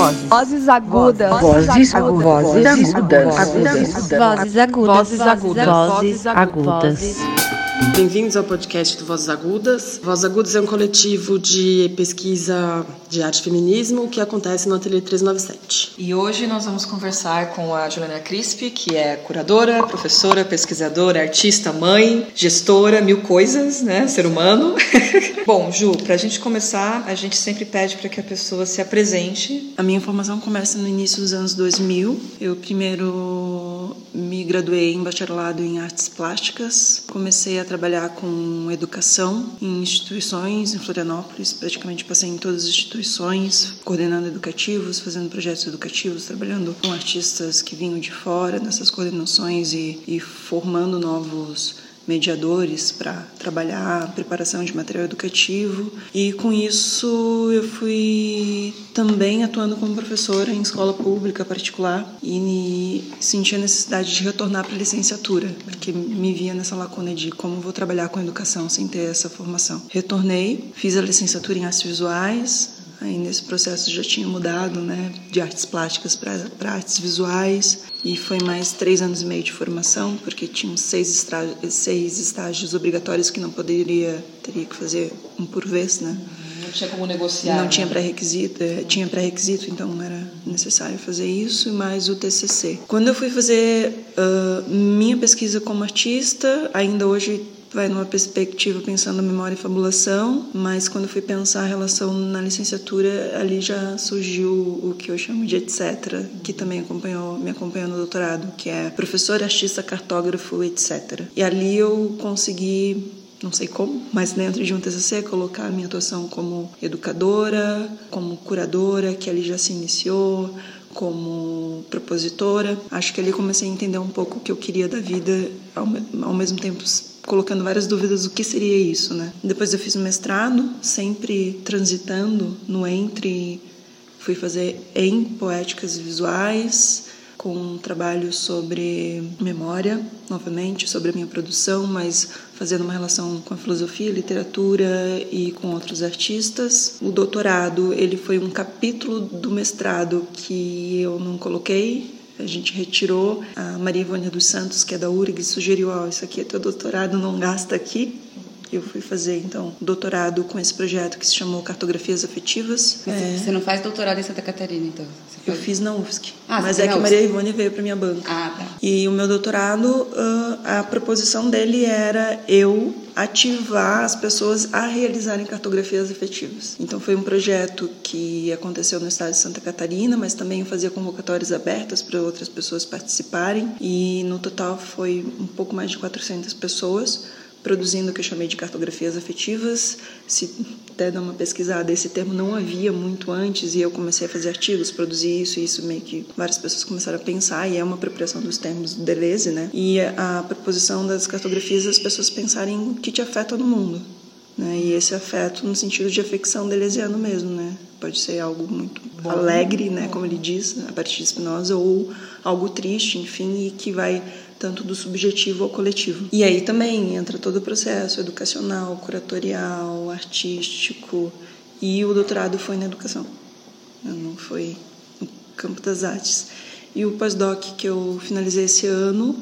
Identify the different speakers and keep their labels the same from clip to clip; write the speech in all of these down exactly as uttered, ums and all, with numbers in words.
Speaker 1: Vozes.
Speaker 2: Vozes agudas.
Speaker 1: Vozes agudas. Vozes agudas.
Speaker 2: Vozes agudas.
Speaker 1: Vozes agudas. Vozes agudas.
Speaker 3: Bem-vindos ao podcast do Vozes Agudas. Vozes Agudas é um coletivo de pesquisa de arte e feminismo que acontece no Ateliê trezentos e noventa e sete.
Speaker 4: E hoje nós vamos conversar com a Juliana Crispi, que é curadora, professora, pesquisadora, artista, mãe, gestora, mil coisas, né? Ser humano. Bom, Ju, para a gente começar, a gente sempre pede para que a pessoa se apresente.
Speaker 5: A minha formação começa no início dos anos dois mil. Eu primeiro me graduei em bacharelado em artes plásticas. Comecei a trabalhar com educação em instituições em Florianópolis. Praticamente passei em todas as instituições, coordenando educativos, fazendo projetos educativos, trabalhando com artistas que vinham de fora nessas coordenações e, e formando novos mediadores para trabalhar a preparação de material educativo. E com isso eu fui também atuando como professora em escola pública particular e senti a necessidade de retornar para a licenciatura, porque me via nessa lacuna de como vou trabalhar com educação sem ter essa formação. Retornei, fiz a licenciatura em artes visuais. Aí nesse processo já tinha mudado, né, de artes plásticas para artes visuais, e foi mais três anos e meio de formação, porque tinham seis, estra- seis estágios obrigatórios que não poderia, teria que fazer um por vez, né?
Speaker 4: Não tinha como negociar.
Speaker 5: Não
Speaker 4: né?
Speaker 5: tinha pré-requisito, é, tinha pré-requisito, então era necessário fazer isso, e mais o T C C. Quando eu fui fazer uh, minha pesquisa como artista, ainda hoje vai numa perspectiva pensando memória e fabulação, mas quando fui pensar a relação na licenciatura, ali já surgiu o que eu chamo de etc, que também acompanhou, me acompanhou no doutorado, que é professor, artista, cartógrafo, etcétera. E ali eu consegui, não sei como, mas dentro de um T C C, colocar a minha atuação como educadora, como curadora, que ali já se iniciou, como propositora. Acho que ali comecei a entender um pouco o que eu queria da vida, ao, ao mesmo tempo colocando várias dúvidas do que seria isso, né? Depois eu fiz um mestrado, sempre transitando no entre, fui fazer em poéticas visuais, com um trabalho sobre memória, novamente, sobre a minha produção, mas fazendo uma relação com a filosofia, literatura e com outros artistas. O doutorado, ele foi um capítulo do mestrado que eu não coloquei, a gente retirou. A Maria Ivônia dos Santos, que é da U R G, sugeriu, ó, oh, isso aqui é teu doutorado, não gasta aqui. Eu fui fazer, então, doutorado com esse projeto que se chamou Cartografias Afetivas.
Speaker 6: É. Você não faz doutorado em Santa Catarina, então?
Speaker 5: Eu fiz na U F S C,
Speaker 6: ah,
Speaker 5: mas é que a Maria Ivônia veio para minha banca.
Speaker 6: Ah, tá.
Speaker 5: E o meu doutorado, a proposição dele era eu ativar as pessoas a realizarem cartografias afetivas. Então foi um projeto que aconteceu no estado de Santa Catarina, mas também eu fazia convocatórias abertas para outras pessoas participarem, e no total foi um pouco mais de quatrocentas pessoas produzindo o que eu chamei de cartografias afetivas. Se até dar uma pesquisada, esse termo não havia muito antes, e eu comecei a fazer artigos, produzir isso, e isso meio que várias pessoas começaram a pensar, e é uma apropriação dos termos do Deleuze, né? E a proposição das cartografias, as pessoas pensarem o que te afeta no mundo, né? E esse afeto no sentido de afecção deleuziano mesmo, né? Pode ser algo muito bom, alegre, né, como ele diz, a partir de Spinoza, ou algo triste, enfim, e que vai tanto do subjetivo ao coletivo. E aí também entra todo o processo educacional, curatorial, artístico, e o doutorado foi na educação, não foi no campo das artes. E o pós-doc que eu finalizei esse ano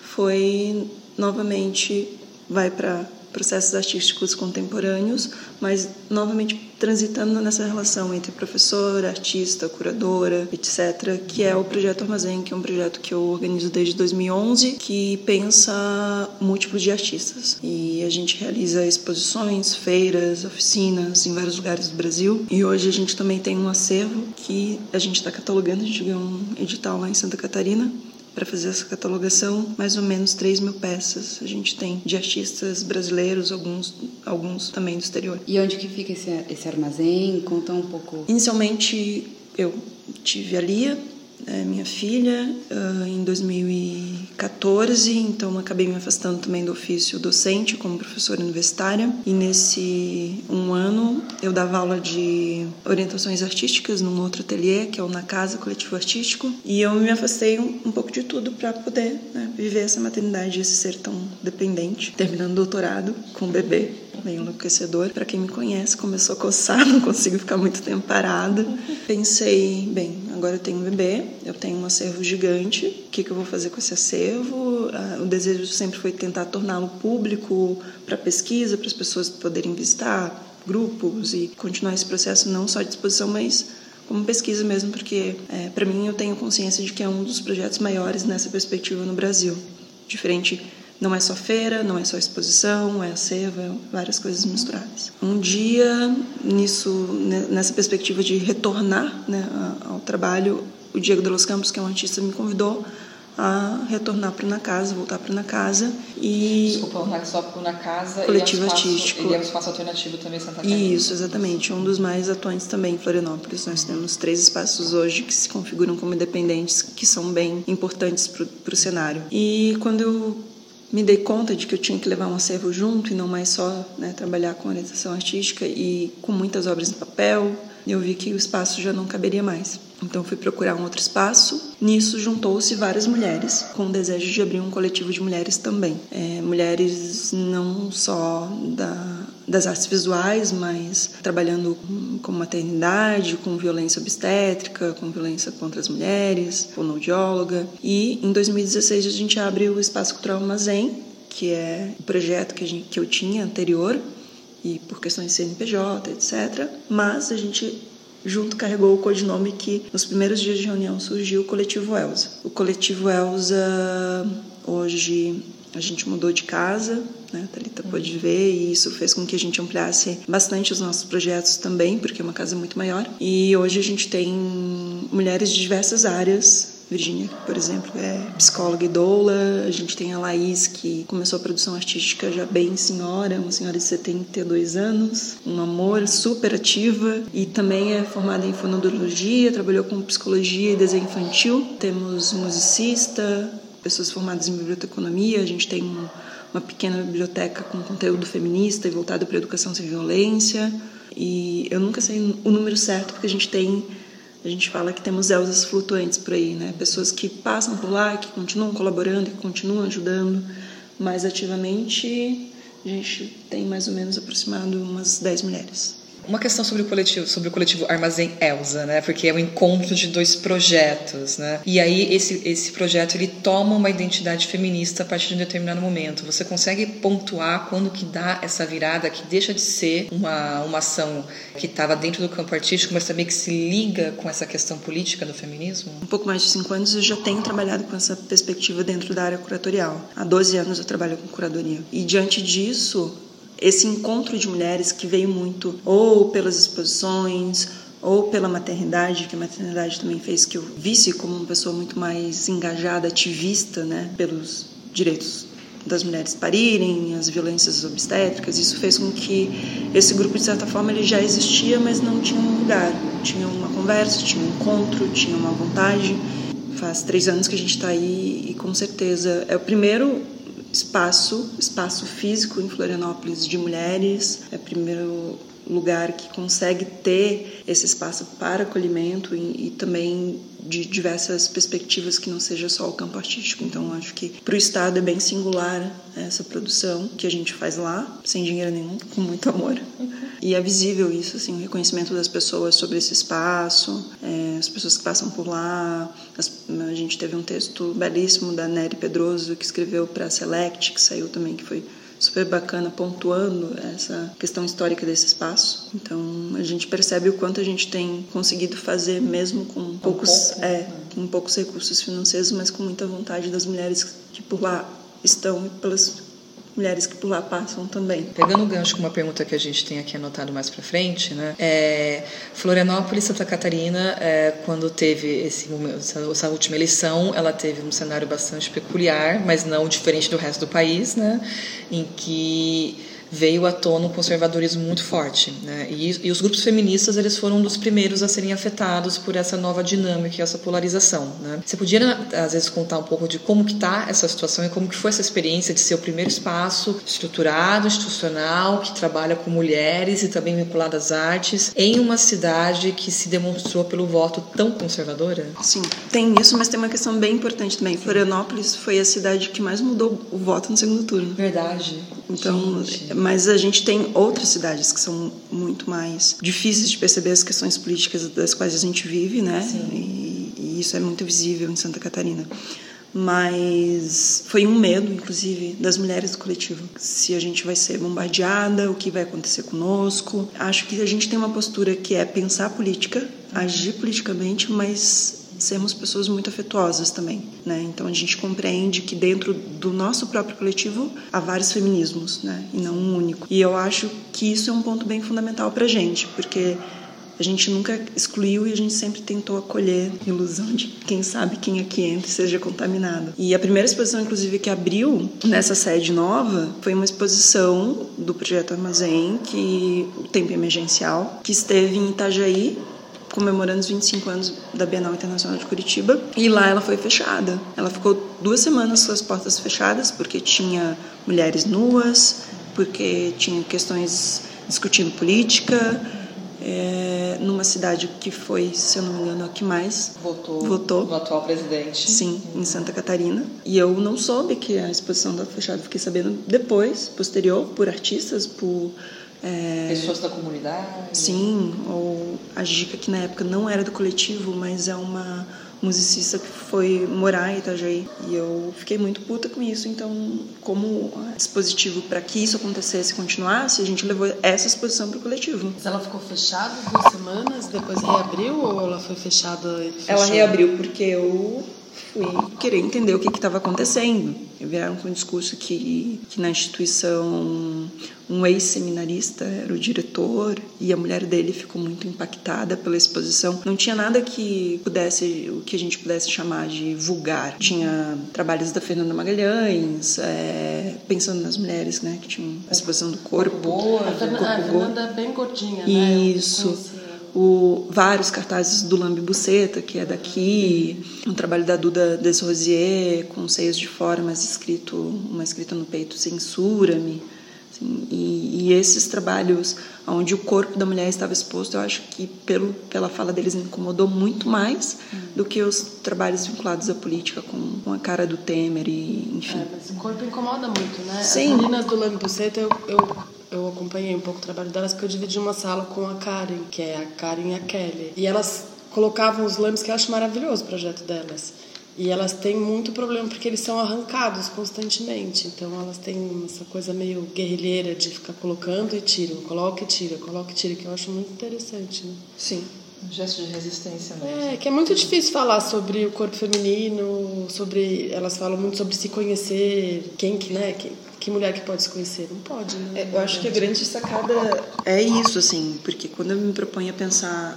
Speaker 5: foi, novamente, vai para processos artísticos contemporâneos, mas novamente transitando nessa relação entre professora, artista, curadora, etcétera, que é o Projeto Armazém, que é um projeto que eu organizo desde dois mil e onze, que pensa múltiplos de artistas. E a gente realiza exposições, feiras, oficinas em vários lugares do Brasil. E hoje a gente também tem um acervo que a gente está catalogando, a gente ganhou um edital lá em Santa Catarina, para fazer essa catalogação, mais ou menos três mil peças a gente tem de artistas brasileiros, alguns, alguns também do exterior.
Speaker 6: E onde que fica esse, esse armazém? Conta um pouco.
Speaker 5: Inicialmente eu tive a Lia, é, minha filha uh, em dois mil e quatorze, então acabei me afastando também do ofício docente como professora universitária. E nesse um ano eu dava aula de orientações artísticas num outro ateliê, que é o Na Casa Coletivo Artístico, e eu me afastei um, um pouco de tudo para poder, né, viver essa maternidade, esse ser tão dependente. Terminando o doutorado com um bebê, bem enlouquecedor. Para quem me conhece, começou a coçar, não consigo ficar muito tempo parada. Pensei, bem, agora eu tenho um bebê, eu tenho um acervo gigante, o que, que eu vou fazer com esse acervo? O desejo sempre foi tentar torná-lo público para pesquisa, para as pessoas poderem visitar grupos e continuar esse processo não só de exposição, mas como pesquisa mesmo, porque é, para mim eu tenho consciência de que é um dos projetos maiores nessa perspectiva no Brasil. Diferente, não é só feira, não é só exposição, é acervo, é várias coisas misturadas. Um dia, nisso, nessa perspectiva de retornar, né, ao trabalho, o Diego de los Campos, que é um artista, me convidou a retornar para o Na Casa, voltar para o Na Casa. E
Speaker 4: Desculpa, só para o Na Casa.
Speaker 5: Coletivo
Speaker 4: ele é um espaço,
Speaker 5: artístico.
Speaker 4: Ele é um espaço alternativo também em Santa Catarina.
Speaker 5: Isso, exatamente. Um dos mais atuantes também em Florianópolis. Nós temos três espaços hoje que se configuram como independentes, que são bem importantes para o cenário. E quando eu me dei conta de que eu tinha que levar um acervo junto e não mais só, né, trabalhar com orientação artística e com muitas obras em papel, eu vi que o espaço já não caberia mais. Então fui procurar um outro espaço. Nisso juntou-se várias mulheres com o desejo de abrir um coletivo de mulheres também. É, mulheres não só da, das artes visuais, mas trabalhando com, com maternidade, com violência obstétrica, com violência contra as mulheres, fonoaudióloga. E em dois mil e dezesseis a gente abre o Espaço Cultural Armazém, que é o projeto que, a gente, que eu tinha anterior, e por questões de C N P J, etcétera. Mas a gente junto carregou o codinome que nos primeiros dias de reunião surgiu o Coletivo Elza. O Coletivo Elza, hoje a gente mudou de casa, né? A Thalita pôde ver, e isso fez com que a gente ampliasse bastante os nossos projetos também, porque é uma casa muito maior. E hoje a gente tem mulheres de diversas áreas. Virgínia, por exemplo, é psicóloga e doula. A gente tem a Laís, que começou a produção artística já bem senhora, uma senhora de setenta e dois anos, um amor, super ativa, e também é formada em fonoaudiologia, trabalhou com psicologia e desenho infantil. Temos musicista, pessoas formadas em biblioteconomia. A gente tem um, uma pequena biblioteca com conteúdo feminista e voltado para a educação sem violência. E eu nunca sei o número certo, porque a gente tem A gente fala que temos Elzas flutuantes por aí, né? Pessoas que passam por lá, que continuam colaborando, que continuam ajudando mais ativamente. A gente tem mais ou menos aproximado umas dez mulheres.
Speaker 4: Uma questão sobre o coletivo, sobre o coletivo Armazém Elza, né? Porque é o encontro de dois projetos, né? E aí esse esse projeto ele toma uma identidade feminista a partir de um determinado momento. Você consegue pontuar quando que dá essa virada, que deixa de ser uma uma ação que estava dentro do campo artístico, mas também que se liga com essa questão política do feminismo?
Speaker 5: Um pouco mais de cinco anos eu já tenho trabalhado com essa perspectiva dentro da área curatorial. Há doze anos eu trabalho com curadoria. E diante disso, esse encontro de mulheres que veio muito ou pelas exposições ou pela maternidade, que a maternidade também fez que eu visse como uma pessoa muito mais engajada, ativista, né, pelos direitos das mulheres parirem, as violências obstétricas. Isso fez com que esse grupo, de certa forma, ele já existia, mas não tinha um lugar. Tinha uma conversa, tinha um encontro, tinha uma vontade. Faz três anos que a gente está aí e, com certeza, é o primeiro espaço, espaço físico em Florianópolis de mulheres, é o primeiro lugar que consegue ter esse espaço para acolhimento e, e também de diversas perspectivas que não seja só o campo artístico. Então, acho que para o Estado é bem singular essa produção que a gente faz lá, sem dinheiro nenhum, com muito amor. E é visível isso, assim, o reconhecimento das pessoas sobre esse espaço, é, as pessoas que passam por lá. As, a gente teve um texto belíssimo da Nery Pedroso, que escreveu para a Select, que saiu também, que foi super bacana, pontuando essa questão histórica desse espaço. Então, a gente percebe o quanto a gente tem conseguido fazer, mesmo com poucos, é, com poucos recursos financeiros, mas com muita vontade das mulheres que por lá estão e pelas mulheres que por lá passam também.
Speaker 4: Pegando o gancho com uma pergunta que a gente tem aqui anotado mais para frente, né? É, Florianópolis, Santa Catarina, é, quando teve esse momento, essa última eleição, ela teve um cenário bastante peculiar, mas não diferente do resto do país, né? Em que veio à tona um conservadorismo muito forte, né? E, e os grupos feministas, eles foram um dos primeiros a serem afetados por essa nova dinâmica, essa polarização, né? Você podia, às vezes, contar um pouco de como que está essa situação e como que foi essa experiência de ser o primeiro espaço estruturado, institucional, que trabalha com mulheres e também vinculado às artes, em uma cidade que se demonstrou pelo voto tão conservadora?
Speaker 5: Sim, tem isso, mas tem uma questão bem importante também. Florianópolis foi a cidade que mais mudou o voto no segundo turno.
Speaker 4: Verdade.
Speaker 5: Então,
Speaker 4: gente.
Speaker 5: Mas a gente tem outras cidades que são muito mais difíceis de perceber as questões políticas das quais a gente vive, né? E, e isso é muito visível em Santa Catarina. Mas foi um medo, inclusive, das mulheres do coletivo. Se a gente vai ser bombardeada, o que vai acontecer conosco. Acho que a gente tem uma postura que é pensar política, agir politicamente, mas sermos pessoas muito afetuosas também, né? Então a gente compreende que dentro do nosso próprio coletivo há vários feminismos, né? E não um único. E eu acho que isso é um ponto bem fundamental pra gente, porque a gente nunca excluiu e a gente sempre tentou acolher a ilusão de quem sabe quem aqui entra e seja contaminado. E a primeira exposição, inclusive, que abriu nessa sede nova foi uma exposição do Projeto Armazém, que o Tempo Emergencial, que esteve em Itajaí, comemorando os vinte e cinco anos da Bienal Internacional de Curitiba, e lá ela foi fechada. Ela ficou duas semanas com as portas fechadas, porque tinha mulheres nuas, porque tinha questões discutindo política, é, numa cidade que foi, se eu não me engano, a que mais
Speaker 4: votou,
Speaker 5: votou
Speaker 4: no atual presidente.
Speaker 5: Sim, em Santa Catarina. E eu não soube que a exposição estava fechada, fiquei sabendo depois, posterior, por artistas, por É,
Speaker 4: pessoas da comunidade?
Speaker 5: Sim, ou a Gica, que na época não era do coletivo, mas é uma musicista que foi morar em Itajaí. E eu fiquei muito puta com isso. Então, como dispositivo para que isso acontecesse e continuasse, a gente levou essa exposição para o coletivo.
Speaker 3: Mas ela ficou fechada duas semanas, depois reabriu ou ela foi fechada e fechou?
Speaker 5: Ela reabriu porque eu fui querer entender o que estava acontecendo. E vieram com um discurso que, que na instituição um ex-seminarista era o diretor e a mulher dele ficou muito impactada pela exposição. Não tinha nada que pudesse, o que a gente pudesse chamar de vulgar. Tinha trabalhos da Fernanda Magalhães, é, pensando nas mulheres, né, que tinham a exposição do corpo.
Speaker 3: Boa, a Fernanda, a Fernanda é bem gordinha, né?
Speaker 5: Isso. O, vários cartazes do Lambi Buceta, que é daqui, um trabalho da Duda Desrosiers, com seios de fora, mas escrito, uma escrita no peito, censura-me. Assim, e, e esses trabalhos onde o corpo da mulher estava exposto, eu acho que pelo, pela fala deles me incomodou muito mais hum. do que os trabalhos vinculados à política, com, com a cara do Temer, e, enfim.
Speaker 3: É, mas o corpo incomoda muito, né?
Speaker 5: Sim.
Speaker 3: As meninas do Lambi Buceta, eu... eu... Eu acompanhei um pouco o trabalho delas, porque eu dividi uma sala com a Karen, que é a Karen e a Kelly. E elas colocavam os lambes, que eu acho maravilhoso o projeto delas. E elas têm muito problema, porque eles são arrancados constantemente. Então elas têm essa coisa meio guerrilheira de ficar colocando e tiram, coloca e tira, coloca e tira, que eu acho muito interessante, né?
Speaker 5: Sim.
Speaker 4: Um gesto de resistência mesmo.
Speaker 3: É, que é muito difícil falar sobre o corpo feminino, sobre... Elas falam muito sobre se conhecer, quem que, né... Que, Que mulher que pode se conhecer? Não pode, né?
Speaker 5: É, eu acho que a grande sacada é isso, assim, porque quando eu me proponho a pensar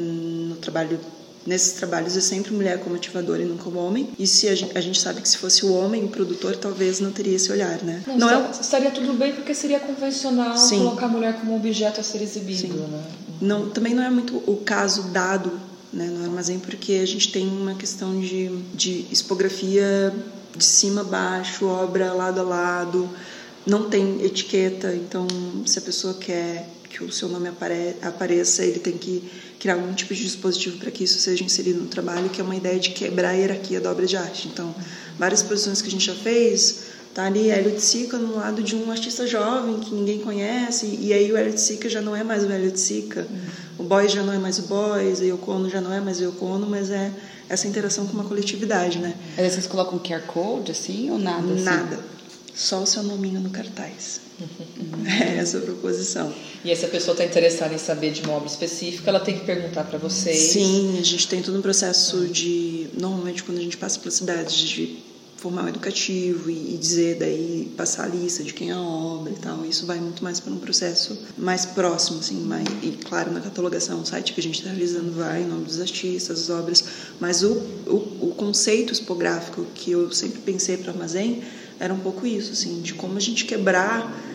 Speaker 5: no trabalho, nesses trabalhos, é sempre mulher como ativadora e não como homem. E se a gente, a gente sabe que se fosse o homem o produtor, talvez não teria esse olhar, né?
Speaker 4: Não,
Speaker 5: não
Speaker 4: está, é... estaria tudo bem, porque seria convencional Sim. colocar a mulher como objeto a ser exibido, Sim. né?
Speaker 5: Não, também não é muito o caso dado, né, no armazém, porque a gente tem uma questão de, de expografia de cima a baixo, obra lado a lado, não tem etiqueta, então se a pessoa quer que o seu nome apare- apareça, ele tem que criar algum tipo de dispositivo para que isso seja inserido no trabalho, que é uma ideia de quebrar a hierarquia da obra de arte. Então, várias exposições que a gente já fez, tá ali Hélio de Sica no lado de um artista jovem que ninguém conhece, e aí o Hélio de Sica já não é mais o Hélio de Sica, uhum. o Boys já não é mais o Boys, a Yoko Ono já não é mais a Yoko Ono, mas é essa interação com uma coletividade, né?
Speaker 6: Mas vocês colocam Q R Code, assim, ou nada? Assim?
Speaker 5: Nada. Só o seu nominho no cartaz. Uhum. É essa a proposição.
Speaker 4: E aí, se a pessoa está interessada em saber de uma obra específica, ela tem que perguntar para vocês?
Speaker 5: Sim, a gente tem todo um processo de... Normalmente, quando a gente passa pela cidade, de formar um educativo e, e dizer, daí, passar a lista de quem é a obra e tal. Isso vai muito mais para um processo mais próximo, assim, mais, e claro, na catalogação, o site que a gente está realizando vai em nome dos artistas, as obras, mas o, o, o conceito expográfico que eu sempre pensei para o armazém era um pouco isso, assim, de como a gente quebrar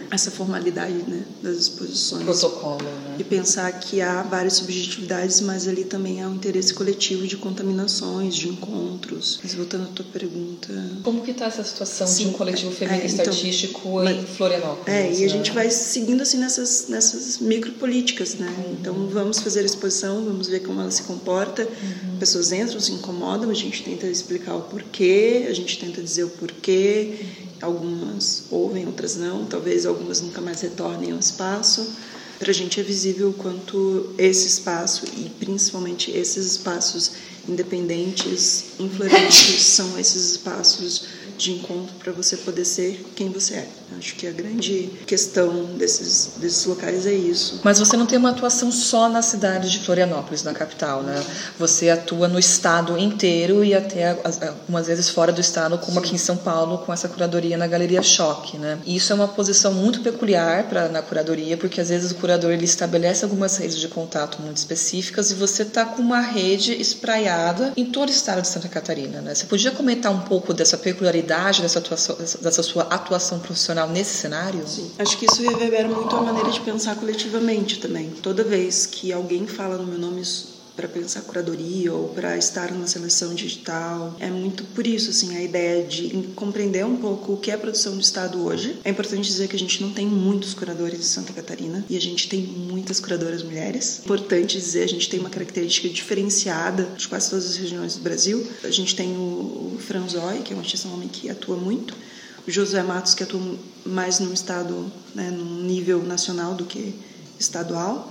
Speaker 5: essa formalidade, né, das exposições.
Speaker 4: Protocolo, né?
Speaker 5: E pensar que há várias subjetividades, mas ali também há um interesse coletivo de contaminações, de encontros. Mas voltando à tua pergunta...
Speaker 4: Como que está essa situação Sim, de um coletivo feminista
Speaker 5: é, então,
Speaker 4: artístico
Speaker 5: mas,
Speaker 4: em Florianópolis?
Speaker 5: É, e
Speaker 4: né?
Speaker 5: a gente vai seguindo assim nessas, nessas micropolíticas, né? Uhum. Então vamos fazer a exposição, vamos ver como ela se comporta. Uhum. Pessoas entram, se incomodam, a gente tenta explicar o porquê, a gente tenta dizer o porquê. Uhum. Algumas ouvem, outras não, talvez algumas nunca mais retornem ao espaço. Para a gente é visível o quanto esse espaço, e principalmente esses espaços independentes, em Florianópolis, são esses espaços de encontro para você poder ser quem você é. Acho que a grande questão desses, desses locais é isso.
Speaker 4: Mas você não tem uma atuação só na cidade de Florianópolis, na capital, né? Você atua no estado inteiro e até algumas vezes fora do estado, como Sim. aqui em São Paulo, com essa curadoria na Galeria Choque, né? E isso é uma posição muito peculiar pra, na curadoria, porque às vezes o curador ele estabelece algumas redes de contato muito específicas e você está com uma rede espraiada em todo o estado de Santa Catarina, né? Você podia comentar um pouco dessa peculiaridade dessa, atuação, dessa sua atuação profissional nesse cenário?
Speaker 5: Sim. Acho que isso reverbera muito a maneira de pensar coletivamente também. Toda vez que alguém fala no meu nome para pensar curadoria ou para estar na seleção digital, é muito por isso, assim, a ideia de compreender um pouco o que é a produção do Estado hoje. É importante dizer que a gente não tem muitos curadores em Santa Catarina e a gente tem muitas curadoras mulheres. Importante dizer, a gente tem uma característica diferenciada de quase todas as regiões do Brasil. A gente tem o, o Franzói, que é um artista homem que atua muito, o Josué Matos, que atua mais no estado, né, no nível nacional do que estadual,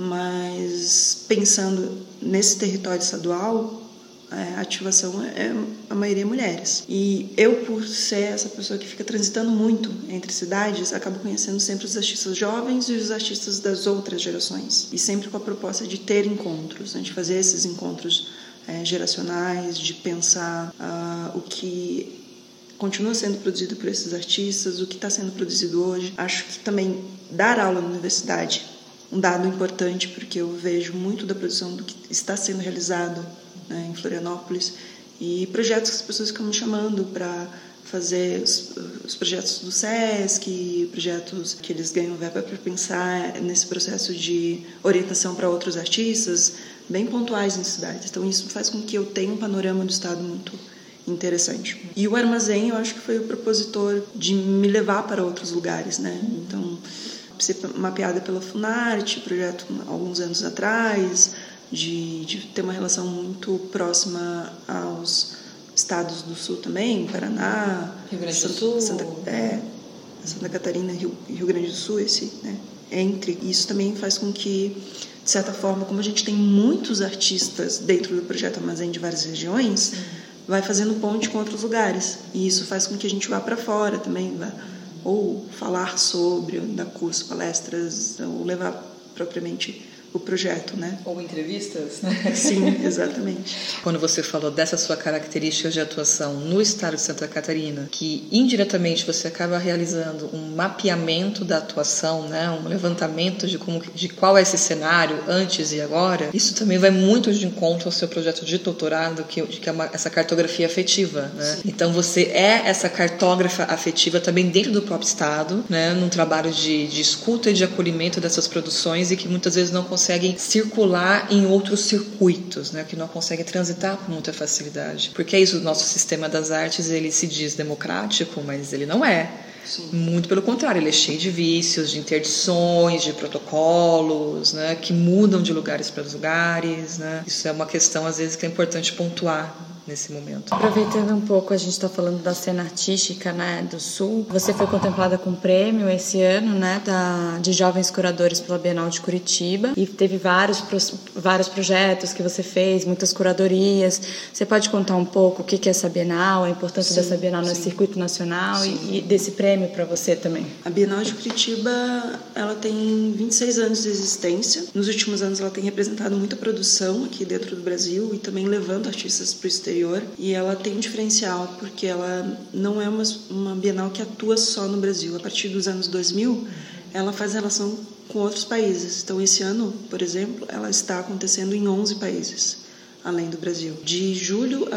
Speaker 5: mas pensando nesse território estadual, a ativação é a maioria mulheres. E eu, por ser essa pessoa que fica transitando muito entre cidades, acabo conhecendo sempre os artistas jovens e os artistas das outras gerações. E sempre com a proposta de ter encontros, né, de fazer esses encontros é, geracionais, de pensar uh, o que continua sendo produzido por esses artistas, o que está sendo produzido hoje. Acho que também dar aula na universidade, um dado importante, porque eu vejo muito da produção do que está sendo realizado, né, em Florianópolis, e projetos que as pessoas ficam me chamando para fazer os, os projetos do SESC, projetos que eles ganham verba para pensar nesse processo de orientação para outros artistas, bem pontuais em cidades. Então isso faz com que eu tenha um panorama do estado muito interessante. E o Armazém, eu acho que foi o propositor de me levar para outros lugares, né? Então, ser mapeada pela Funarte, projeto há alguns anos atrás, de, de ter uma relação muito próxima aos estados do Sul também, Paraná,
Speaker 4: Rio Grande do
Speaker 5: Santa,
Speaker 4: Sul,
Speaker 5: Santa, é, Santa Catarina, Rio, Rio Grande do Sul, esse, né? Entre. Isso também faz com que, de certa forma, como a gente tem muitos artistas dentro do projeto Armazém de várias regiões, uhum. vai fazendo ponte com outros lugares. E isso faz com que a gente vá para fora também, vá, ou falar sobre, ou dar curso, palestras, ou levar propriamente o projeto, né?
Speaker 4: Ou entrevistas, né?
Speaker 5: Sim, exatamente.
Speaker 4: Quando você falou dessa sua característica de atuação no estado de Santa Catarina, que indiretamente você acaba realizando um mapeamento da atuação, né? Um levantamento de, como, de qual é esse cenário antes e agora, isso também vai muito de encontro ao seu projeto de doutorado, que, que é uma, essa cartografia afetiva, né? Então você é essa cartógrafa afetiva também dentro do próprio estado, né? Num trabalho de, de escuta e de acolhimento dessas produções e que muitas vezes não conseguem circular em outros circuitos, né, que não conseguem transitar com muita facilidade. Porque é isso, o nosso sistema das artes, ele se diz democrático, mas ele não é. Sim. Muito pelo contrário, ele é cheio de vícios, de interdições, de protocolos, né, que mudam de lugares para lugares, né. Isso é uma questão, às vezes, que é importante pontuar nesse momento.
Speaker 2: Aproveitando um pouco, a gente está falando da cena artística, né, do Sul. Você foi contemplada com um prêmio esse ano, né, da, de jovens curadores pela Bienal de Curitiba, e teve vários, vários projetos que você fez, muitas curadorias. Você pode contar um pouco o que é essa Bienal, a importância sim, dessa Bienal no sim. circuito nacional e, e desse prêmio para você também?
Speaker 5: A Bienal de Curitiba, ela tem vinte e seis anos de existência. Nos últimos anos ela tem representado muita produção aqui dentro do Brasil e também levando artistas para o exterior. E ela tem um diferencial porque ela não é uma, uma Bienal que atua só no Brasil. A partir dos anos dois mil, ela faz relação com outros países. Então, esse ano, por exemplo, ela está acontecendo em onze países, além do Brasil. De julho a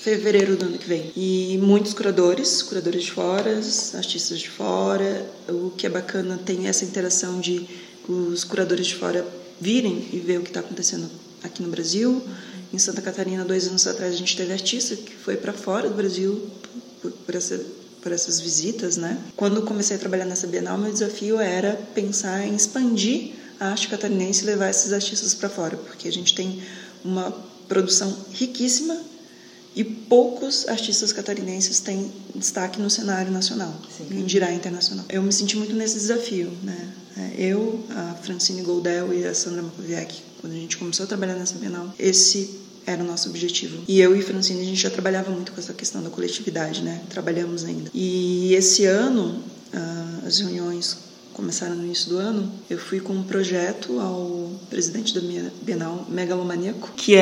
Speaker 5: fevereiro do ano que vem. E muitos curadores, curadores de fora, artistas de fora. O que é bacana, tem essa interação de os curadores de fora virem e ver o que está acontecendo aqui no Brasil. Em Santa Catarina, dois anos atrás, a gente teve artista que foi para fora do Brasil por, por, essa, por essas visitas, né? Quando comecei a trabalhar nessa Bienal, meu desafio era pensar em expandir a arte catarinense e levar esses artistas para fora, porque a gente tem uma produção riquíssima e poucos artistas catarinenses têm destaque no cenário nacional, em dirá internacional. Eu me senti muito nesse desafio, né? Eu, a Francine Goldel e a Sandra Makowiak, quando a gente começou a trabalhar nessa Bienal, esse era o nosso objetivo. E eu e Francine, a gente já trabalhava muito com essa questão da coletividade, né? Trabalhamos ainda. E esse ano, as reuniões começaram no início do ano, eu fui com um projeto ao presidente da Bienal, megalomaníaco, que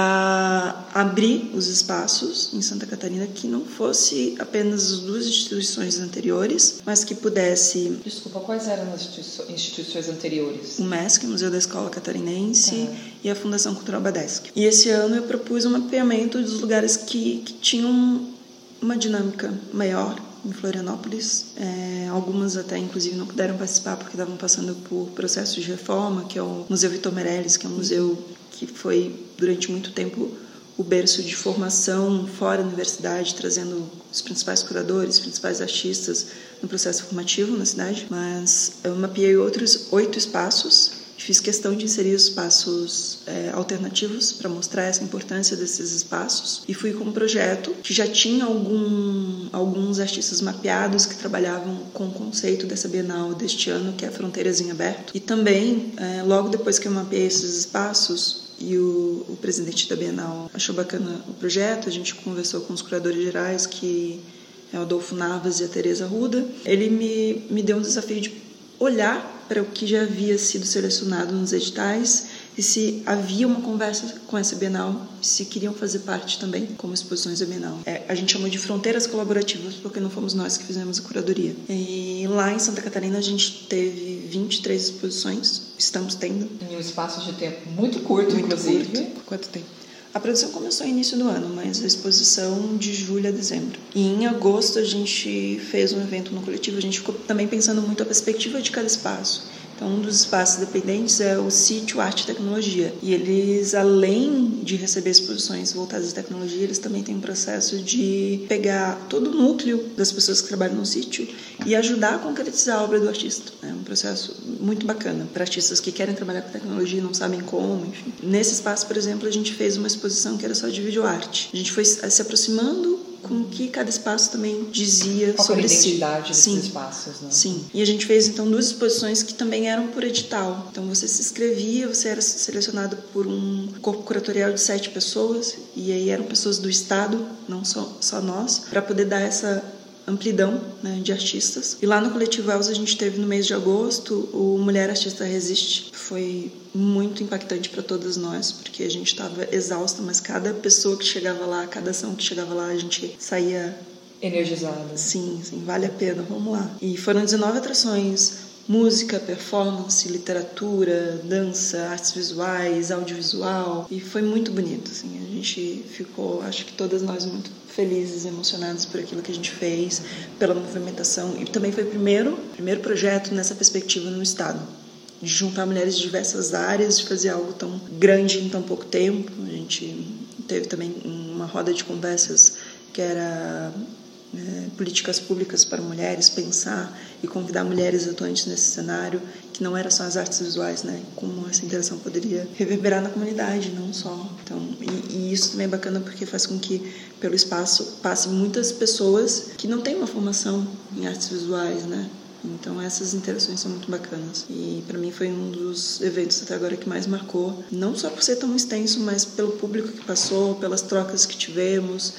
Speaker 5: era abrir os espaços em Santa Catarina que não fosse apenas as duas instituições anteriores, mas que pudesse...
Speaker 4: Desculpa, quais eram as instituições anteriores?
Speaker 5: O MESC, Museu da Escola Catarinense, ah. e a Fundação Cultural Badeschi. E esse ano eu propus um mapeamento dos lugares que, que tinham uma dinâmica maior em Florianópolis. É, algumas até, inclusive, não puderam participar porque estavam passando por processos de reforma, que é o Museu Vitor Meirelles, que é um museu que foi, durante muito tempo, o berço de formação fora da universidade, trazendo os principais curadores, os principais artistas no processo formativo na cidade. Mas eu mapeei outros oito espaços. Fiz questão de inserir os espaços é, alternativos para mostrar essa importância desses espaços. E fui com um projeto que já tinha algum, alguns artistas mapeados que trabalhavam com o conceito dessa Bienal deste ano, que é Fronteiras em Aberto. E também, é, logo depois que eu mapeei esses espaços, e o, o presidente da Bienal achou bacana o projeto, a gente conversou com os curadores gerais, que é o Adolfo Navas e a Tereza Ruda. Ele me, me deu um desafio de olhar para o que já havia sido selecionado nos editais e se havia uma conversa com essa Bienal, se queriam fazer parte também como exposições da Bienal. É, a gente chamou de fronteiras colaborativas porque não fomos nós que fizemos a curadoria. E lá em Santa Catarina a gente teve vinte e três exposições, estamos tendo.
Speaker 4: Em um espaço de tempo muito curto, muito inclusive.
Speaker 5: Curto. Quanto tempo? A produção começou no início do ano, mas a exposição de julho a dezembro. E em agosto a gente fez um evento no coletivo, a gente ficou também pensando muito a perspectiva de cada espaço. Então, um dos espaços dependentes é o sítio Arte e Tecnologia. E eles, além de receber exposições voltadas à tecnologia, eles também têm um processo de pegar todo o núcleo das pessoas que trabalham no sítio e ajudar a concretizar a obra do artista. É um processo muito bacana para artistas que querem trabalhar com tecnologia e não sabem como, enfim. Nesse espaço, por exemplo, a gente fez uma exposição que era só de videoarte. A gente foi se aproximando com o que cada espaço também dizia
Speaker 4: Qual
Speaker 5: sobre
Speaker 4: a
Speaker 5: si.
Speaker 4: identidade desses
Speaker 5: Sim.
Speaker 4: espaços, né?
Speaker 5: Sim. E a gente fez, então, duas exposições que também eram por edital. Então, você se inscrevia, você era selecionado por um corpo curatorial de sete pessoas, e aí eram pessoas do Estado, não só, só nós, para poder dar essa amplidão, né, de artistas. E lá no Coletivo Elza a gente teve no mês de agosto o Mulher Artista Resiste. Foi muito impactante para todas nós, porque a gente estava exausta, mas cada pessoa que chegava lá, cada ação que chegava lá, a gente saía
Speaker 4: energizada.
Speaker 5: Sim, sim, vale a pena, vamos lá. E foram dezenove atrações: música, performance, literatura, dança, artes visuais, audiovisual, e foi muito bonito, assim. A gente ficou, acho que todas nós, muito felizes, emocionadas por aquilo que a gente fez, pela movimentação, e também foi o primeiro, primeiro projeto nessa perspectiva no Estado, de juntar mulheres de diversas áreas, de fazer algo tão grande em tão pouco tempo. A gente teve também uma roda de conversas que era é, políticas públicas para mulheres, pensar e convidar mulheres atuantes nesse cenário, que não era só as artes visuais, né? Como essa interação poderia reverberar na comunidade, não só. Então, e, e isso também é bacana porque faz com que pelo espaço passem muitas pessoas que não têm uma formação em artes visuais, né? Então essas interações são muito bacanas. E para mim foi um dos eventos até agora que mais marcou, não só por ser tão extenso, mas pelo público que passou, pelas trocas que tivemos,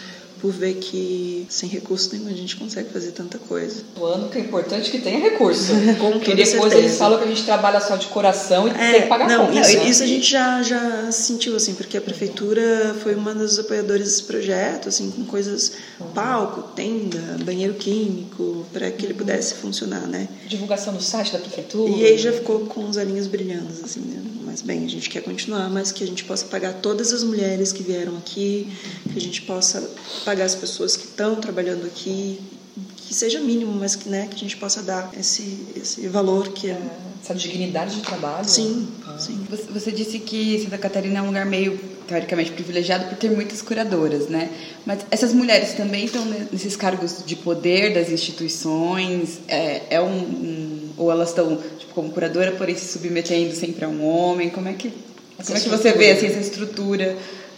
Speaker 5: por ver que sem recurso nenhum a gente consegue fazer tanta coisa.
Speaker 4: O ano que é importante que tenha recurso.
Speaker 5: Com
Speaker 4: Porque depois
Speaker 5: certeza.
Speaker 4: eles falam que a gente trabalha só de coração e
Speaker 5: É,
Speaker 4: tem que pagar
Speaker 5: não,
Speaker 4: conta.
Speaker 5: isso,
Speaker 4: né?
Speaker 5: isso a gente já, já sentiu, assim, porque a prefeitura foi uma das apoiadoras desse projeto, assim, com coisas, palco, tenda, banheiro químico, para que ele pudesse funcionar, né?
Speaker 4: Divulgação no site da prefeitura.
Speaker 5: E aí já ficou com os olhinhos brilhando, assim, né? Mas bem, a gente quer continuar, mas que a gente possa pagar todas as mulheres que vieram aqui, que a gente possa pagar as pessoas que estão trabalhando aqui, que seja mínimo, mas que, né, que a gente possa dar esse, esse valor que é...
Speaker 4: Essa dignidade de trabalho.
Speaker 5: Sim,
Speaker 4: ah.
Speaker 5: sim.
Speaker 6: Você, você disse que Santa Catarina é um lugar meio, teoricamente, privilegiado por ter muitas curadoras, né? Mas essas mulheres também estão nesses cargos de poder das instituições? É, é um, um, ou elas estão, tipo, como curadora, porém se submetendo sempre a um homem? Como é que, como é que você vê assim, essa estrutura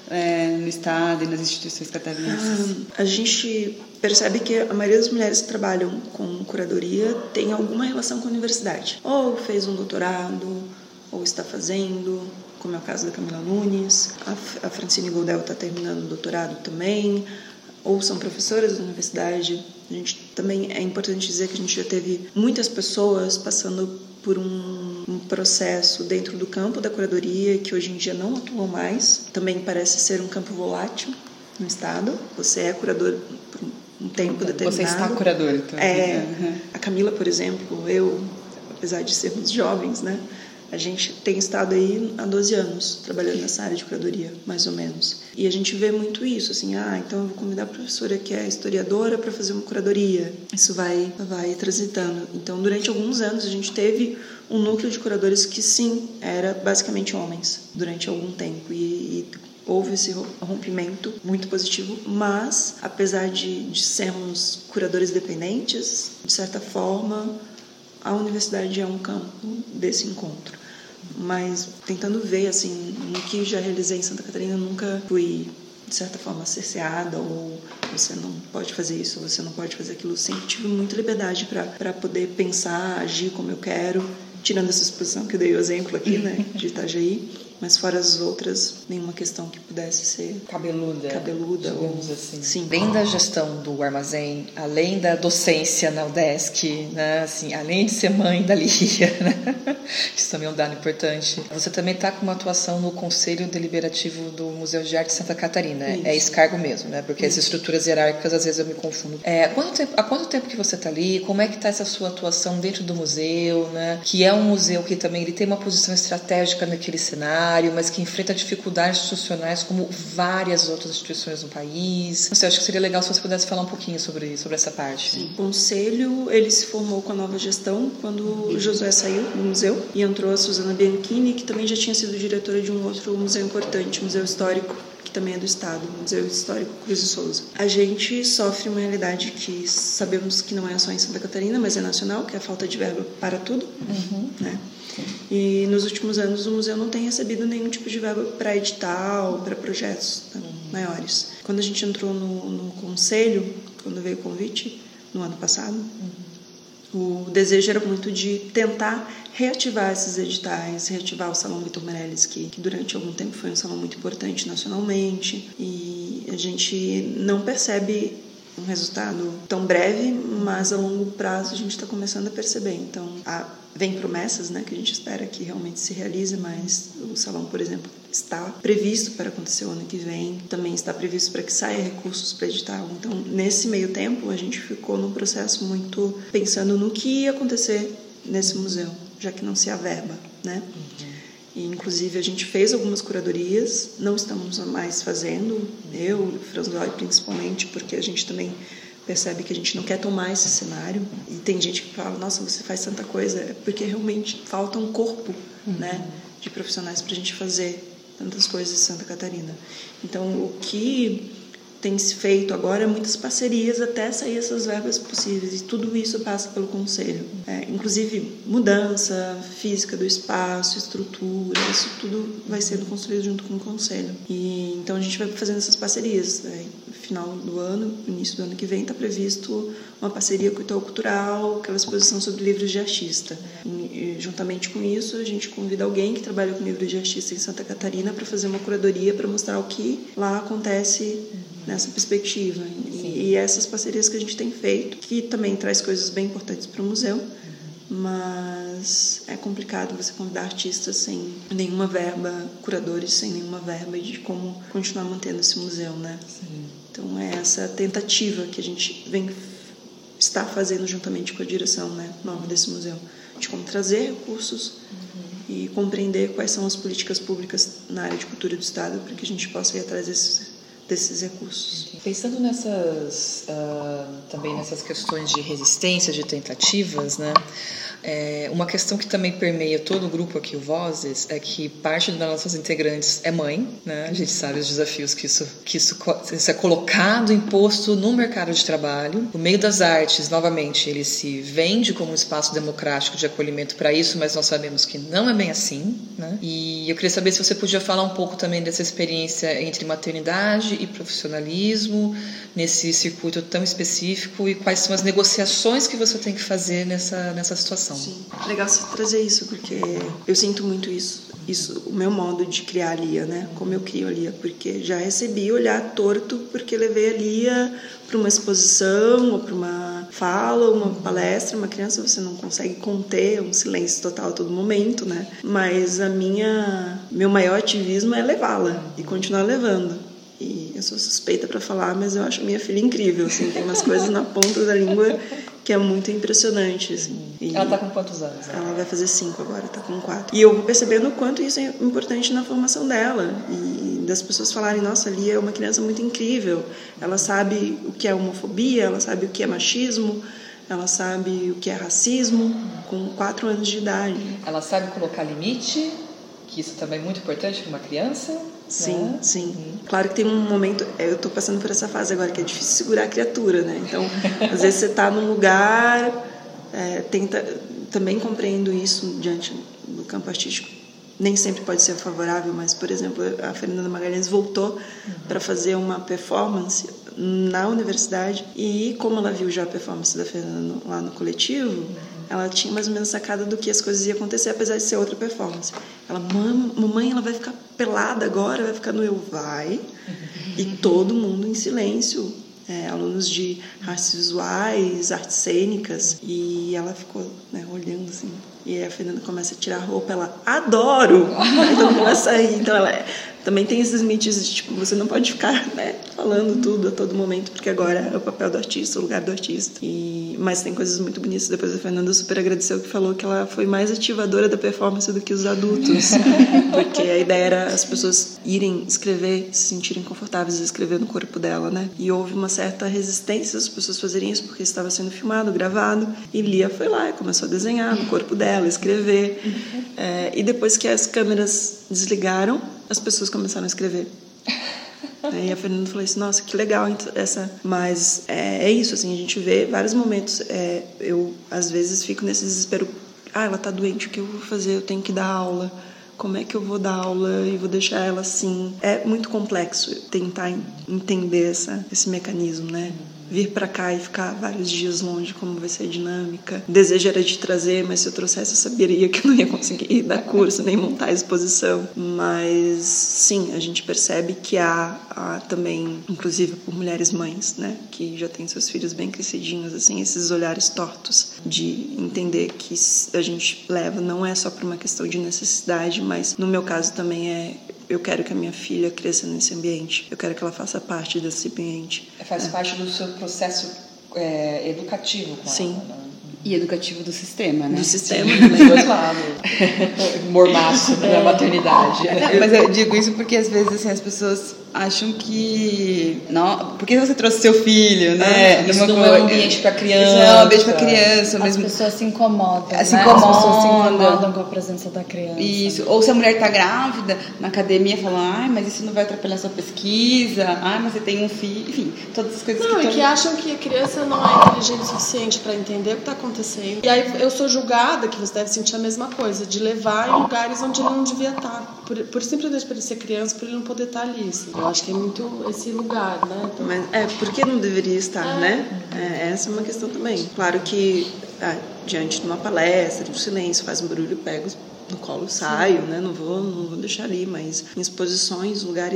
Speaker 6: é, no Estado e nas instituições catarinenses?
Speaker 5: Ah, a gente percebe que a maioria das mulheres que trabalham com curadoria tem alguma relação com a universidade. Ou fez um doutorado, ou está fazendo, como é o caso da Camila Nunes. A Francine Goldel está terminando o doutorado também, ou são professoras da universidade. A gente também é importante dizer que a gente já teve muitas pessoas passando por um, um processo dentro do campo da curadoria que hoje em dia não atuam mais. Também parece ser um campo volátil no Estado. Você é curador por um tempo determinado.
Speaker 6: Você está curador, então.
Speaker 5: É,
Speaker 6: uhum.
Speaker 5: A Camila, por exemplo, eu, apesar de sermos jovens, né? A gente tem estado aí há doze anos trabalhando nessa área de curadoria, mais ou menos. E a gente vê muito isso, assim, ah, então eu vou convidar a professora que é historiadora para fazer uma curadoria. Isso vai, vai transitando. Então, durante alguns anos, a gente teve um núcleo de curadores que, sim, era basicamente homens, durante algum tempo. E, e houve esse rompimento muito positivo, mas, apesar de, de sermos curadores dependentes, de certa forma, a universidade é um campo desse encontro. Mas, tentando ver, assim, no que já realizei em Santa Catarina, eu nunca fui, de certa forma, cerceada, ou você não pode fazer isso, você não pode fazer aquilo. Sempre tive muita liberdade para poder pensar, agir como eu quero, tirando essa exposição que eu dei o exemplo aqui, né, de Itajaí. Mas fora as outras, nenhuma questão que pudesse ser
Speaker 4: cabeluda,
Speaker 5: cabeluda
Speaker 4: digamos
Speaker 5: ou...
Speaker 4: assim.
Speaker 5: Sim.
Speaker 4: Além da gestão do armazém, além da docência na UDESC, né, assim, além de ser mãe da Lia, né, isso também é um dado importante. Você também está com uma atuação no Conselho Deliberativo do Museu de Arte de Santa Catarina. Isso. É esse cargo mesmo, né? Porque isso. As estruturas hierárquicas, às vezes eu me confundo. É, quanto tempo, há quanto tempo que você está ali? Como é que está essa sua atuação dentro do museu, né? Que é um museu que também ele tem uma posição estratégica naquele cenário, mas que enfrenta dificuldades institucionais como várias outras instituições no país. Não sei, acho que seria legal se você pudesse falar um pouquinho sobre, sobre essa parte.
Speaker 5: Sim. O Conselho, ele se formou com a nova gestão quando o Josué saiu do museu e entrou a Suzana Bianchini, que também já tinha sido diretora de um outro museu importante, Museu Histórico, que também é do Estado, o Museu Histórico Cruz de Souza. A gente sofre uma realidade que sabemos que não é só em Santa Catarina, mas é nacional, que é a falta de verba para tudo, uhum. né? E nos últimos anos o museu não tem recebido nenhum tipo de verba para edital, para projetos, né, maiores. Quando a gente entrou no, no conselho, quando veio o convite, no ano passado, uhum. o desejo era muito de tentar reativar esses editais, reativar o Salão Vitor Meirelles, que, que durante algum tempo foi um salão muito importante nacionalmente, e a gente não percebe um resultado tão breve, mas a longo prazo a gente está começando a perceber. Então, a, vem promessas, né, que a gente espera que realmente se realize, mas o salão, por exemplo, está previsto para acontecer o ano que vem, também está previsto para que saia recursos para edital. Então, nesse meio tempo, a gente ficou num processo muito pensando no que ia acontecer nesse museu, já que não se há verba, né? Uhum. E, inclusive, a gente fez algumas curadorias, não estamos mais fazendo, eu, Franz Goy, principalmente, porque a gente também percebe que a gente não quer tomar esse cenário. E tem gente que fala, nossa, você faz tanta coisa, é porque realmente falta um corpo, uhum. né, de profissionais para a gente fazer tantas coisas em Santa Catarina. Então, o que tem se feito agora é muitas parcerias até sair essas verbas possíveis, e tudo isso passa pelo Conselho. É, inclusive, mudança física do espaço, estrutura, isso tudo vai sendo construído junto com o Conselho. E, então, a gente vai fazendo essas parcerias. Né? No final do ano, início do ano que vem, está previsto uma parceria com o Itaú Cultural, aquela exposição sobre livros de artista. E, juntamente com isso, a gente convida alguém que trabalha com livros de artista em Santa Catarina para fazer uma curadoria para mostrar o que lá acontece nessa perspectiva. E, e essas parcerias que a gente tem feito, que também traz coisas bem importantes para o museu, mas é complicado você convidar artistas sem nenhuma verba, curadores sem nenhuma verba, de como continuar mantendo esse museu, né? Sim. Então é essa tentativa que a gente vem está fazendo juntamente com a direção, né, nova desse museu, de como trazer recursos uhum. e compreender quais são as políticas públicas na área de cultura do Estado para que a gente possa ir atrás desses, desses recursos.
Speaker 4: Pensando nessas uh, também nessas questões de resistência, de tentativas, né? É, uma questão que também permeia todo o grupo aqui, o Vozes, é que parte das nossas integrantes é mãe, né? A gente sabe os desafios que isso, que isso, isso é colocado, imposto no mercado de trabalho. O meio das artes, novamente, ele se vende como um espaço democrático de acolhimento para isso, mas nós sabemos que não é bem assim, né? E eu queria saber se você podia falar um pouco também dessa experiência entre maternidade e profissionalismo, nesse circuito tão específico, e quais são as negociações que você tem que fazer nessa, nessa situação.
Speaker 5: Sim, legal você trazer isso, porque eu sinto muito isso, isso, o meu modo de criar a Lia, né? Como eu crio a Lia, porque já recebi olhar torto porque levei a Lia para uma exposição ou para uma fala, uma palestra. Uma criança você não consegue conter um silêncio total a todo momento, né? Mas a minha, meu maior ativismo é levá-la e continuar levando. E eu sou suspeita para falar, mas eu acho a minha filha incrível, assim, tem umas coisas na ponta da língua que é muito impressionante, assim. E
Speaker 4: ela tá com quantos anos? Né?
Speaker 5: Ela vai fazer cinco agora, tá com quatro. E eu vou percebendo o quanto isso é importante na formação dela. E das pessoas falarem, nossa, a Lia é uma criança muito incrível. Ela sabe o que é homofobia, ela sabe o que é machismo, ela sabe o que é racismo, com quatro anos de idade.
Speaker 4: Ela sabe colocar limite, que isso também é muito importante para uma criança.
Speaker 5: Sim,
Speaker 4: né?
Speaker 5: sim.
Speaker 4: Uhum.
Speaker 5: Claro que tem um momento, eu estou passando por essa fase agora, que é difícil segurar a criatura, né? Então, às vezes você está num lugar, é, tenta, também compreendo isso diante do campo artístico. Nem sempre pode ser favorável, mas, por exemplo, a Fernanda Magalhães voltou uhum. para fazer uma performance na universidade, e como ela viu já a performance da Fernanda lá no coletivo, uhum. ela tinha mais ou menos sacada do que as coisas iam acontecer, apesar de ser outra performance. Ela, mamãe, ela vai ficar pelada agora, vai ficar no eu vai, e todo mundo em silêncio, é, alunos de artes visuais, artes cênicas, e ela ficou, né, olhando assim. E aí a Fernanda começa a tirar a roupa, ela, adoro! Então começa a rir. Então ela é, também tem esses mitos de, tipo, você não pode ficar, né, falando tudo a todo momento, porque agora é o papel do artista, o lugar do artista. E, mas tem coisas muito bonitas. Depois a Fernanda super agradeceu, que falou que ela foi mais ativadora da performance do que os adultos, porque a ideia era as pessoas irem escrever, se sentirem confortáveis a escrever no corpo dela, né? E houve uma certa resistência as pessoas fazerem isso, porque estava sendo filmado, gravado, e Lia foi lá e começou a desenhar no corpo dela, escrever. É, e depois que as câmeras desligaram, as pessoas começaram a escrever. E a Fernanda falou assim, nossa, que legal essa... Mas é, é isso, assim, a gente vê vários momentos. É, eu, às vezes, fico nesse desespero. Ah, ela tá doente, o que eu vou fazer? Eu tenho que dar aula. Como é que eu vou dar aula e vou deixar ela assim? É muito complexo tentar entender essa, esse mecanismo, né? Vir para cá e ficar vários dias longe, como vai ser a dinâmica. O desejo era de trazer, mas se eu trouxesse, eu saberia que eu não ia conseguir dar curso, nem montar a exposição. Mas, sim, a gente percebe que há, há também, inclusive por mulheres mães, né, que já têm seus filhos bem crescidinhos, assim, esses olhares tortos de entender que a gente leva não é só por uma questão de necessidade, mas, no meu caso, também é... Eu quero que a minha filha cresça nesse ambiente. Eu quero que ela faça parte desse ambiente.
Speaker 4: Faz é. parte do seu processo é, educativo com
Speaker 5: Sim.
Speaker 4: ela, né?
Speaker 6: E educativo do sistema, né?
Speaker 5: Do sistema.
Speaker 4: Dos dois lados. Mormaço da maternidade.
Speaker 6: Não, mas eu digo isso porque, às vezes, assim, as pessoas acham que... Não, por que você trouxe seu filho, né?
Speaker 4: Ah, isso não é um ambiente para criança.
Speaker 6: Isso não é um ambiente para criança.
Speaker 2: As
Speaker 6: Mesmo...
Speaker 2: pessoas se incomodam,
Speaker 6: se
Speaker 2: né?
Speaker 6: incomodam.
Speaker 2: As pessoas se incomodam com a presença da criança.
Speaker 6: Isso. Ou se a mulher está grávida, na academia falam, ai, mas isso não vai atrapalhar sua pesquisa, ai, mas você tem um filho, enfim, todas as coisas
Speaker 3: não,
Speaker 6: que
Speaker 3: e
Speaker 6: tão...
Speaker 3: que acham que a criança não é inteligente o suficiente para entender o que está acontecendo. E aí eu sou julgada, que você deve sentir a mesma coisa, de levar em lugares onde ele não devia estar. Por, por simplesmente por ele ser criança, por ele não poder estar ali. Assim. Eu acho que é muito esse lugar, né? Então...
Speaker 5: Mas é, por que não deveria estar, é. né? É, essa é uma questão também. Claro que ah, diante de uma palestra, de um silêncio, faz um barulho, pego no colo, saio, né? Não vou, não vou deixar ali, mas em exposições, lugares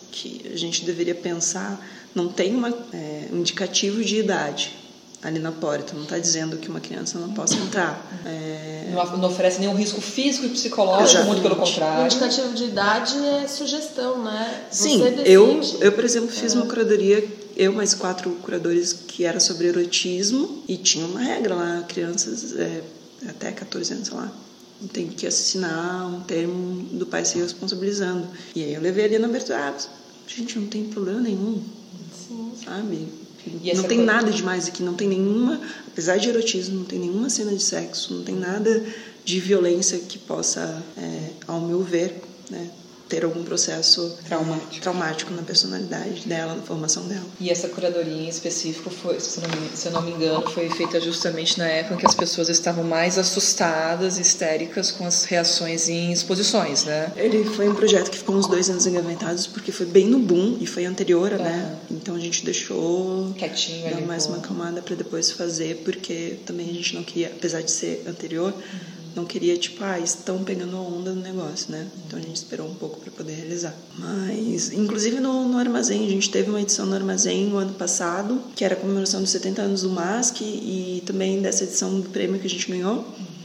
Speaker 5: que a gente deveria pensar, não tem uma, é, um indicativo de idade ali na porta, não está dizendo que uma criança não possa entrar. É...
Speaker 4: Não, não oferece nenhum risco físico e psicológico, Exatamente. Muito pelo contrário.
Speaker 3: O indicativo de idade é sugestão, né? Você
Speaker 5: Sim,
Speaker 3: decide.
Speaker 5: eu, eu, por exemplo, fiz uma curadoria, eu mais quatro curadores, que era sobre erotismo, e tinha uma regra lá, crianças é, até catorze anos, sei lá, tem que assinar um termo do pai se responsabilizando. E aí eu levei ali na abertura, ah, gente, não tem problema nenhum, Sim. sabe? Não tem coisa... nada demais aqui, não tem nenhuma, apesar de erotismo, não tem nenhuma cena de sexo, não tem nada de violência que possa, é, ao meu ver, né, ter algum processo traumático. traumático na personalidade dela, na formação dela.
Speaker 4: E essa curadoria em específico, foi, se, não me, se eu não me engano, foi feita justamente na época em que as pessoas estavam mais assustadas, histéricas com as reações em exposições, né?
Speaker 5: Ele foi um projeto que ficou uns dois anos engavetados, porque foi bem no boom e foi anterior, é. né? Então a gente deixou
Speaker 4: quietinho
Speaker 5: dar
Speaker 4: ali,
Speaker 5: mais
Speaker 4: pô.
Speaker 5: uma camada para depois fazer, porque também a gente não queria, apesar de ser anterior, uhum. não queria, tipo, ah, estão pegando a onda no negócio, né? Então a gente esperou um pouco para poder realizar. Mas, inclusive no, no Armazém, a gente teve uma edição no Armazém no ano passado, que era a comemoração dos setenta anos do M A S C e também dessa edição do prêmio que a gente ganhou.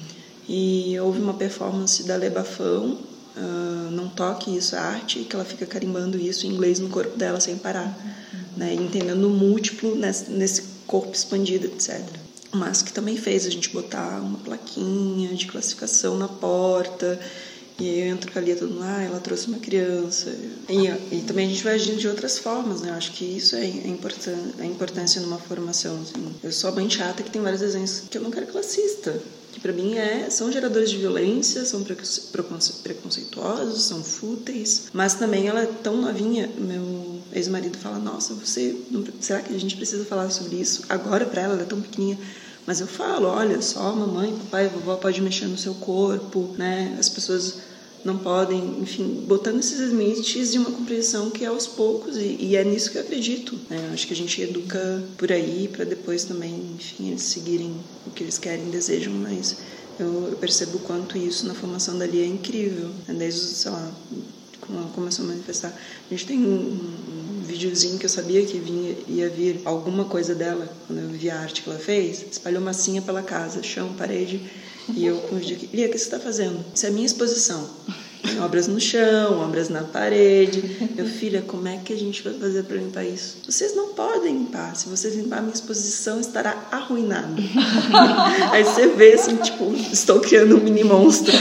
Speaker 5: E houve uma performance da Lê Bafão, uh, Não Toque Isso é Arte, que ela fica carimbando isso em inglês no corpo dela sem parar, né? Entendendo o múltiplo nesse, nesse corpo expandido, etcétera. Mas que também fez a gente botar uma plaquinha de classificação na porta, e aí eu entro com a Lia, todo mundo, ah, ela trouxe uma criança. E, e também a gente vai agindo de outras formas, né? Eu acho que isso é, é importante, a importância numa formação. Assim. Eu sou a mãe chata que tem vários desenhos que eu não quero classista, que pra mim é, são geradores de violência, são preconceituosos, são fúteis, mas também ela é tão novinha, meu ex-marido fala, nossa, você, não, será que a gente precisa falar sobre isso agora pra ela, ela é tão pequenininha? Mas eu falo, olha só, mamãe, papai, vovó pode mexer no seu corpo, né? As pessoas não podem, enfim, botando esses limites de uma compreensão que é aos poucos, e, e é nisso que eu acredito, né? Acho que a gente educa por aí para depois também, enfim, eles seguirem o que eles querem, desejam, mas eu, eu percebo o quanto isso na formação dali é incrível, né? Desde, sei lá, quando ela começou a manifestar. A gente tem um, um videozinho que eu sabia que vinha, ia vir alguma coisa dela, quando eu vi a arte que ela fez, espalhou massinha pela casa, chão, parede, e eu com o vídeo aqui, Lia, o que você está fazendo? Isso é a minha exposição. Tem obras no chão, obras na parede. Meu filha, como é que a gente vai fazer para limpar isso? Vocês não podem limpar. Se vocês limpar, a minha exposição estará arruinada. Aí você vê assim, tipo, estou criando um mini monstro.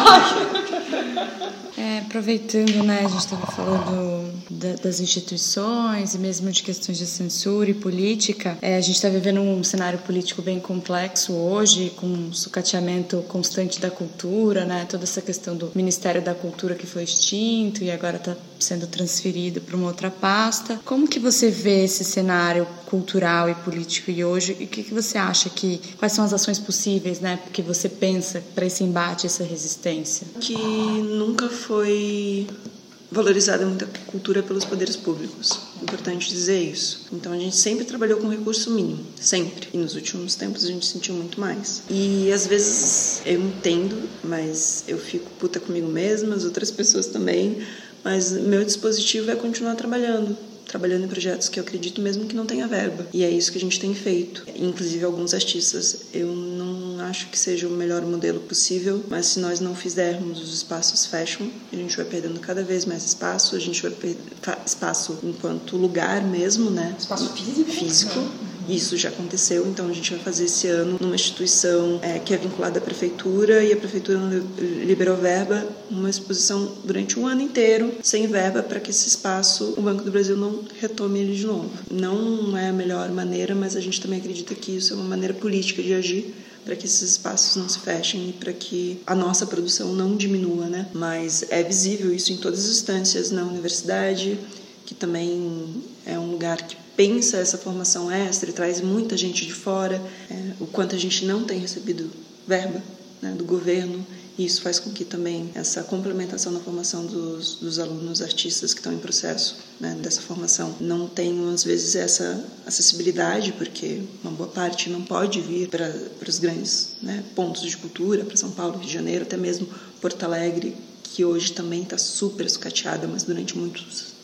Speaker 2: É, aproveitando, né, a gente estava falando da, das instituições e mesmo de questões de censura e política. É, a gente está vivendo um cenário político bem complexo hoje, com um sucateamento constante da cultura, né, toda essa questão do Ministério da Cultura que foi extinto e agora está sendo transferido para uma outra pasta. Como que você vê esse cenário cultural e político e hoje? E o que, que você acha que... Quais são as ações possíveis, né, que você pensa para esse embate, essa resistência?
Speaker 5: Que nunca foi valorizada muita cultura pelos poderes públicos. É importante dizer isso. Então a gente sempre trabalhou com recurso mínimo, sempre. E nos últimos tempos a gente sentiu muito mais. E às vezes eu entendo, mas eu fico puta comigo mesma, as outras pessoas também. Mas meu dispositivo é continuar trabalhando. Trabalhando em projetos que eu acredito mesmo que não tenha verba. E é isso que a gente tem feito. Inclusive alguns artistas, eu não acho que seja o melhor modelo possível, mas se nós não fizermos os espaços fashion, a gente vai perdendo cada vez mais espaço, a gente vai perder espaço enquanto lugar mesmo, né?
Speaker 4: Espaço físico?
Speaker 5: Físico. Isso já aconteceu, então a gente vai fazer esse ano numa instituição é, que é vinculada à prefeitura, e a prefeitura liberou verba, uma exposição durante um ano inteiro, sem verba, para que esse espaço, o Banco do Brasil não retome ele de novo. Não é a melhor maneira, mas a gente também acredita que isso é uma maneira política de agir, para que esses espaços não se fechem e para que a nossa produção não diminua, né? Mas é visível isso em todas as instâncias, na universidade, que também é um lugar que pensa essa formação extra e traz muita gente de fora, é, o quanto a gente não tem recebido verba, né, do governo, e isso faz com que também essa complementação na formação dos, dos alunos artistas que estão em processo, né, dessa formação não tenham às vezes essa acessibilidade, porque uma boa parte não pode vir para os grandes, né, pontos de cultura, para São Paulo, Rio de Janeiro, até mesmo Porto Alegre, que hoje também está super sucateada, mas durante muitos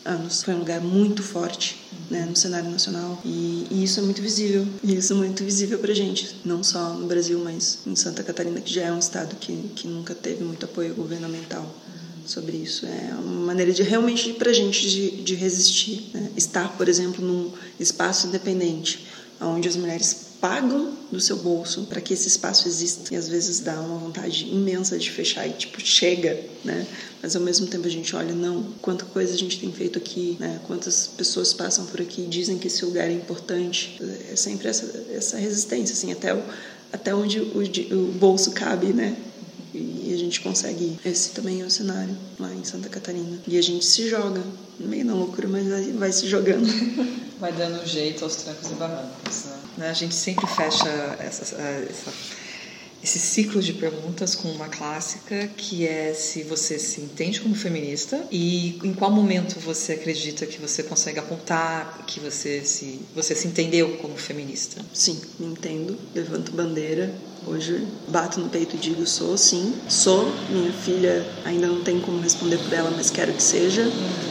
Speaker 5: anos. Foi um lugar muito forte, né, no cenário nacional, e, e isso é muito visível, e isso é muito visível pra gente, não só no Brasil, mas em Santa Catarina, que já é um estado que, que nunca teve muito apoio governamental sobre isso. É uma maneira de realmente pra gente de, de resistir, né? Estar, por exemplo, num espaço independente, onde as mulheres pagam do seu bolso para que esse espaço exista, e às vezes dá uma vontade imensa de fechar e tipo, chega, né? Mas ao mesmo tempo a gente olha, não, quanta coisa a gente tem feito aqui, né? Quantas pessoas passam por aqui e dizem que esse lugar é importante. É sempre essa, essa resistência, assim, até, o, até onde o, o bolso cabe, né? E a gente consegue ir. Esse também é o cenário lá em Santa Catarina. E a gente se joga, meio na loucura, mas vai, vai se jogando.
Speaker 4: Vai dando jeito aos trancos e barrancos, né? A gente sempre fecha essa, essa, esse ciclo de perguntas com uma clássica, que é se você se entende como feminista e em qual momento você acredita que você consegue apontar que você se, você se entendeu como feminista.
Speaker 5: Sim, me entendo, levanto bandeira. Hoje bato no peito e digo, sou sim, sou. Minha filha ainda não tem como responder por ela, mas quero que seja.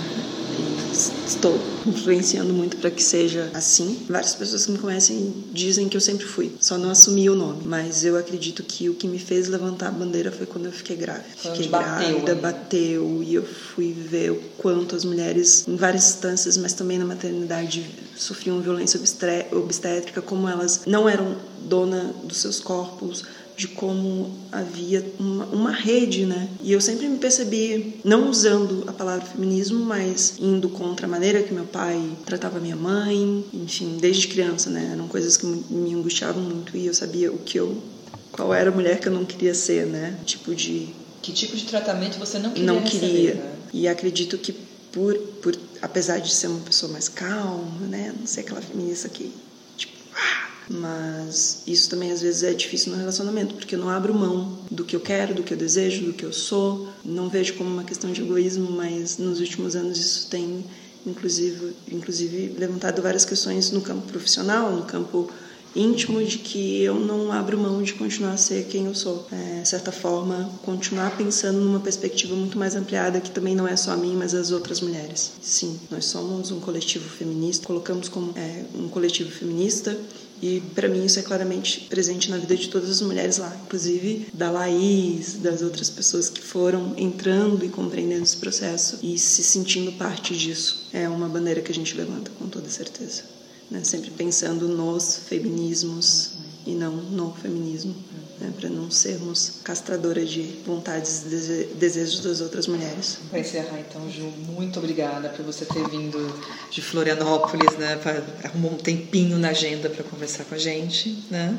Speaker 5: E estou influenciando muito para que seja assim. Várias pessoas que me conhecem dizem que eu sempre fui, só não assumi o nome. Mas eu acredito que o que me fez levantar a bandeira foi quando eu fiquei grávida.
Speaker 4: Foi
Speaker 5: fiquei
Speaker 4: bateu,
Speaker 5: grávida,
Speaker 4: né?
Speaker 5: bateu, e eu fui ver o quanto as mulheres, em várias instâncias, mas também na maternidade, sofriam violência obstétrica, como elas não eram dona dos seus corpos, de como havia uma, uma rede, né? E eu sempre me percebi, não usando a palavra feminismo, mas indo contra a maneira que meu pai tratava minha mãe, enfim, desde criança, né? Eram coisas que me angustiavam muito, e eu sabia o que eu, qual era a mulher que eu não queria ser, né? Tipo de...
Speaker 4: Que tipo de tratamento você não queria
Speaker 5: Não
Speaker 4: receber,
Speaker 5: queria.
Speaker 4: Né?
Speaker 5: E acredito que por, por, apesar de ser uma pessoa mais calma, né? Não ser aquela feminista que, tipo, ah! Mas isso também às vezes é difícil no relacionamento, porque eu não abro mão do que eu quero, do que eu desejo, do que eu sou. Não vejo como uma questão de egoísmo, mas nos últimos anos isso tem, inclusive, inclusive levantado várias questões no campo profissional, no campo íntimo, de que eu não abro mão de continuar a ser quem eu sou. É, de certa forma, continuar pensando numa perspectiva muito mais ampliada, que também não é só a mim, mas as outras mulheres. Sim, nós somos um coletivo feminista, colocamos como é, um coletivo feminista, e para mim isso é claramente presente na vida de todas as mulheres lá, inclusive da Laís, das outras pessoas que foram entrando e compreendendo esse processo e se sentindo parte disso. É uma bandeira que a gente levanta com toda certeza, né? Sempre pensando nos feminismos e não no feminismo, né? Para não sermos castradoras de vontades e desejos das outras mulheres.
Speaker 4: Para encerrar então, Ju, muito obrigada por você ter vindo de Florianópolis, né? Pra, arrumou um tempinho na agenda para conversar com a gente, né?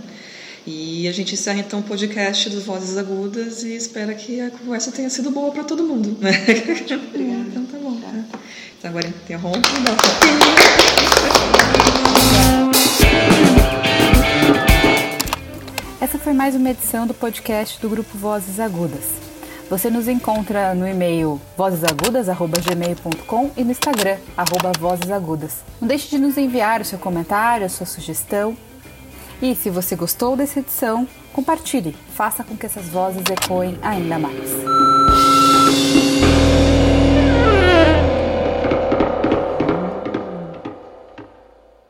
Speaker 4: E a gente encerra então o podcast do Vozes Agudas e espera que a conversa tenha sido boa para todo mundo, né? Obrigada. Então tá bom. Né? Então agora interrompe e dá um
Speaker 7: Essa foi mais uma edição do podcast do Grupo Vozes Agudas. Você nos encontra no e-mail vozesagudas arroba gmail ponto com e no Instagram, arroba vozesagudas. Não deixe de nos enviar o seu comentário, a sua sugestão. E se você gostou dessa edição, compartilhe. Faça com que essas vozes ecoem ainda mais.